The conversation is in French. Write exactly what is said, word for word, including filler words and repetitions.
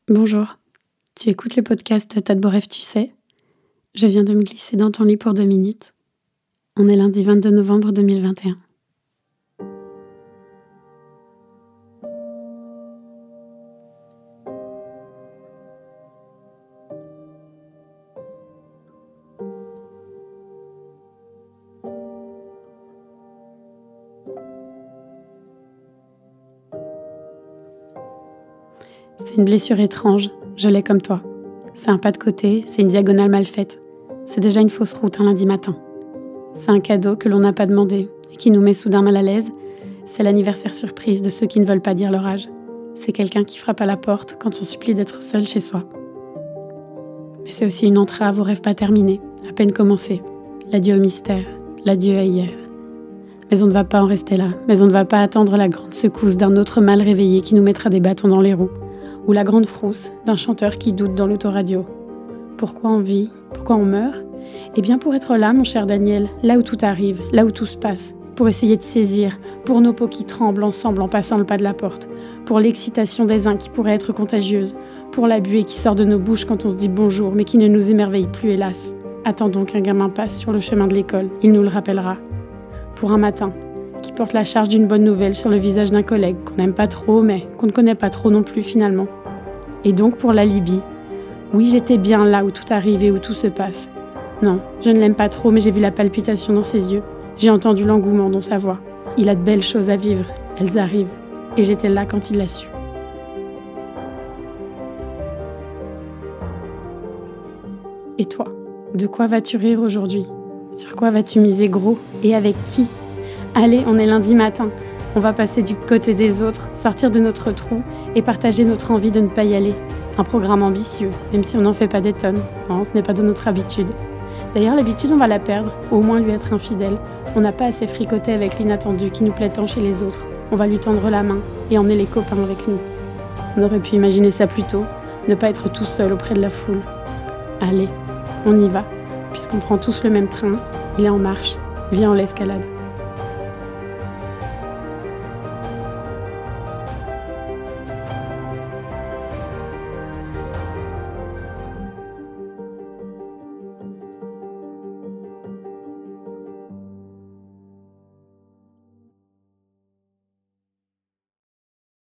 Bonjour, tu écoutes le podcast T'as de beaux rêves, tu sais. Je viens de me glisser dans ton lit pour deux minutes. On est lundi vingt-deux novembre deux mille vingt et un. C'est une blessure étrange, je l'ai comme toi. C'est un pas de côté, c'est une diagonale mal faite. C'est déjà une fausse route un lundi matin. C'est un cadeau que l'on n'a pas demandé et qui nous met soudain mal à l'aise. C'est l'anniversaire surprise de ceux qui ne veulent pas dire leur âge. C'est quelqu'un qui frappe à la porte quand on supplie d'être seul chez soi. Mais c'est aussi une entrave aux rêves pas terminés, à peine commencés. L'adieu au mystère, l'adieu à hier. Mais on ne va pas en rester là, mais on ne va pas attendre la grande secousse d'un autre mal réveillé qui nous mettra des bâtons dans les roues. Ou la grande frousse d'un chanteur qui doute dans l'autoradio. Pourquoi on vit ? Pourquoi on meurt ? Eh bien pour être là, mon cher Daniel, là où tout arrive, là où tout se passe, pour essayer de saisir, pour nos peaux qui tremblent ensemble en passant le pas de la porte, pour l'excitation des uns qui pourrait être contagieuse, pour la buée qui sort de nos bouches quand on se dit bonjour, mais qui ne nous émerveille plus, hélas. Attendons qu'un gamin passe sur le chemin de l'école, il nous le rappellera. Pour un matin, qui porte la charge d'une bonne nouvelle sur le visage d'un collègue qu'on n'aime pas trop, mais qu'on ne connaît pas trop non plus finalement. Et donc pour la Libye, oui j'étais bien là où tout arrive et où tout se passe. Non, je ne l'aime pas trop, mais j'ai vu la palpitation dans ses yeux. J'ai entendu l'engouement dans sa voix. Il a de belles choses à vivre, elles arrivent. Et j'étais là quand il l'a su. Et toi, de quoi vas-tu rire aujourd'hui ? Sur quoi vas-tu miser gros ? Et avec qui ? Allez, on est lundi matin. On va passer du côté des autres, sortir de notre trou et partager notre envie de ne pas y aller. Un programme ambitieux, même si on n'en fait pas des tonnes. Non, ce n'est pas de notre habitude. D'ailleurs, l'habitude, on va la perdre, au moins lui être infidèle. On n'a pas assez fricoté avec l'inattendu qui nous plaît tant chez les autres. On va lui tendre la main et emmener les copains avec nous. On aurait pu imaginer ça plus tôt, ne pas être tout seul auprès de la foule. Allez, on y va, puisqu'on prend tous le même train, il est en marche, viens on l'escalade.